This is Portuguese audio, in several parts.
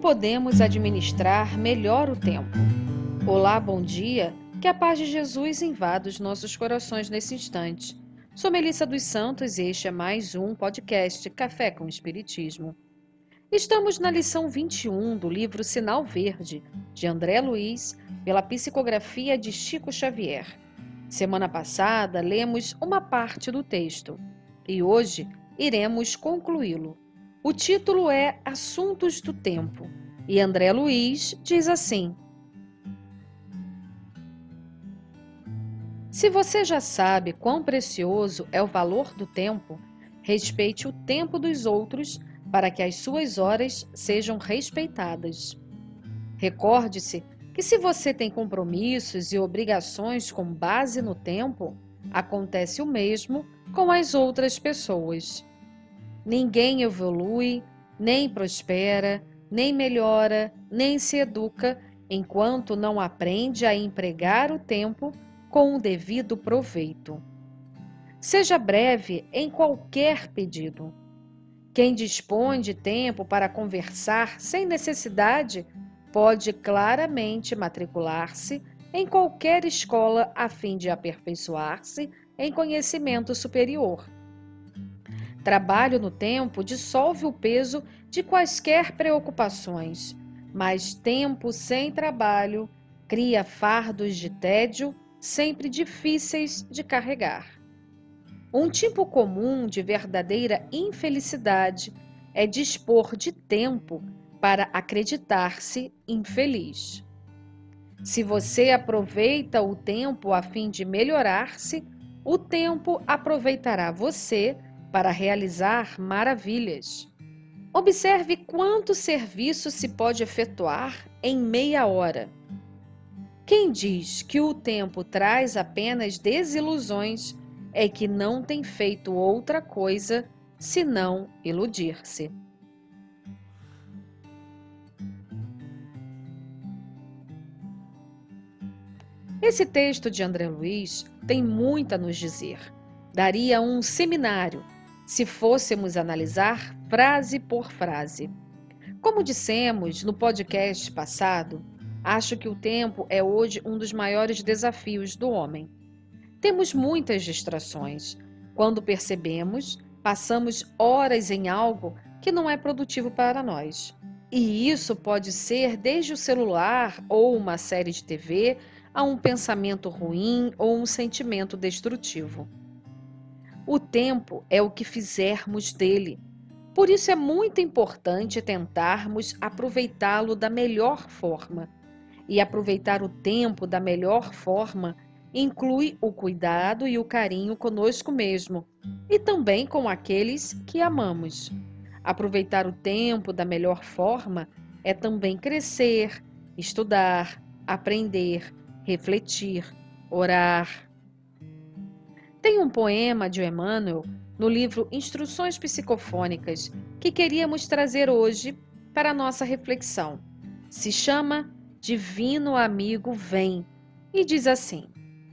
podemos administrar melhor o tempo? Olá, bom dia. Que a paz de Jesus invada os nossos corações nesse instante. Sou Melissa dos Santos e este é mais um podcast Café com Espiritismo. Estamos na lição 21 do livro Sinal Verde, de André Luiz, pela psicografia de Chico Xavier. Semana passada lemos uma parte do texto e hoje iremos concluí-lo. O título é Assuntos do Tempo e André Luiz diz assim: se você já sabe quão precioso é o valor do tempo, respeite o tempo dos outros para que as suas horas sejam respeitadas. Recorde-se que se você tem compromissos e obrigações com base no tempo, acontece o mesmo com as outras pessoas. Ninguém evolui, nem prospera, nem melhora, nem se educa, enquanto não aprende a empregar o tempo com o devido proveito. Seja breve em qualquer pedido. Quem dispõe de tempo para conversar sem necessidade pode claramente matricular-se em qualquer escola a fim de aperfeiçoar-se em conhecimento superior. Trabalho no tempo dissolve o peso de quaisquer preocupações, mas tempo sem trabalho cria fardos de tédio sempre difíceis de carregar. Um tipo comum de verdadeira infelicidade é dispor de tempo para acreditar-se infeliz. Se você aproveita o tempo a fim de melhorar-se, o tempo aproveitará você para realizar maravilhas. Observe quanto serviço se pode efetuar em meia hora. Quem diz que o tempo traz apenas desilusões é que não tem feito outra coisa senão iludir-se. Esse texto de André Luiz tem muito a nos dizer. Daria um seminário se fôssemos analisar frase por frase. Como dissemos no podcast passado, acho que o tempo é hoje um dos maiores desafios do homem. Temos muitas distrações. Quando percebemos, passamos horas em algo que não é produtivo para nós. E isso pode ser desde o celular ou uma série de TV a um pensamento ruim ou um sentimento destrutivo. O tempo é o que fizermos dele. Por isso é muito importante tentarmos aproveitá-lo da melhor forma. E aproveitar o tempo da melhor forma inclui o cuidado e o carinho conosco mesmo e também com aqueles que amamos. Aproveitar o tempo da melhor forma é também crescer, estudar, aprender, refletir, orar. Tem um poema de Emmanuel no livro Instruções Psicofônicas que queríamos trazer hoje para a nossa reflexão. Se chama Divino Amigo Vem e diz assim: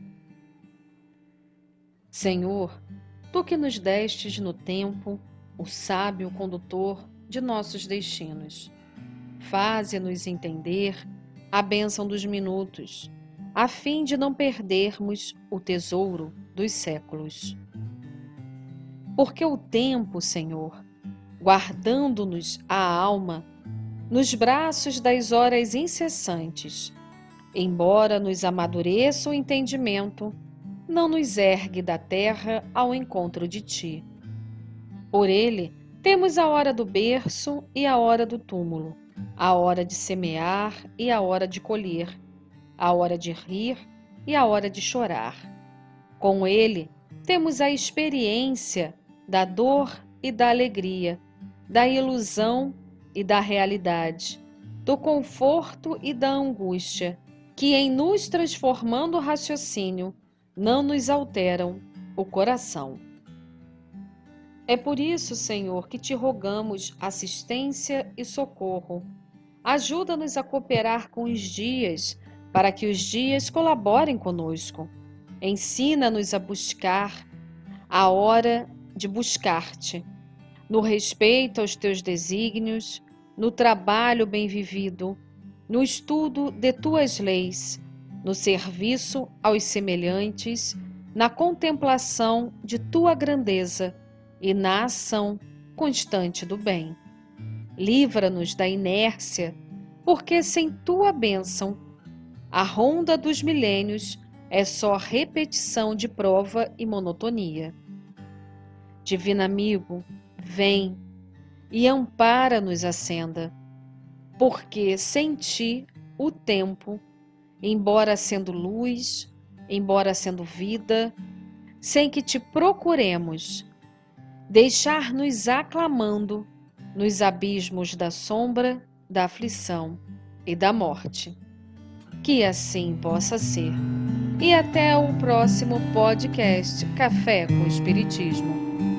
Senhor, tu que nos destes no tempo o sábio condutor de nossos destinos, faze-nos entender a bênção dos minutos, a fim de não perdermos o tesouro dos séculos. Porque o tempo, Senhor, guardando-nos a alma nos braços das horas incessantes, embora nos amadureça o entendimento, não nos ergue da terra ao encontro de ti. Por ele, temos a hora do berço e a hora do túmulo, a hora de semear e a hora de colher, a hora de rir e a hora de chorar. Com ele, temos a experiência da dor e da alegria, da ilusão e da realidade, do conforto e da angústia, que em nos transformando o raciocínio, não nos alteram o coração. É por isso, Senhor, que te rogamos assistência e socorro. Ajuda-nos a cooperar com os dias, para que os dias colaborem conosco. Ensina-nos a buscar a hora de buscar-te, no respeito aos teus desígnios, no trabalho bem vivido, no estudo de tuas leis, no serviço aos semelhantes, na contemplação de tua grandeza e na ação constante do bem. Livra-nos da inércia, porque sem tua bênção, a ronda dos milênios é só repetição de prova e monotonia. Divino amigo, vem e ampara-nos a senda, porque sem ti o tempo, embora sendo luz, embora sendo vida, sem que te procuremos, deixar-nos aclamando nos abismos da sombra, da aflição e da morte. Que assim possa ser. E até o próximo podcast Café com Espiritismo.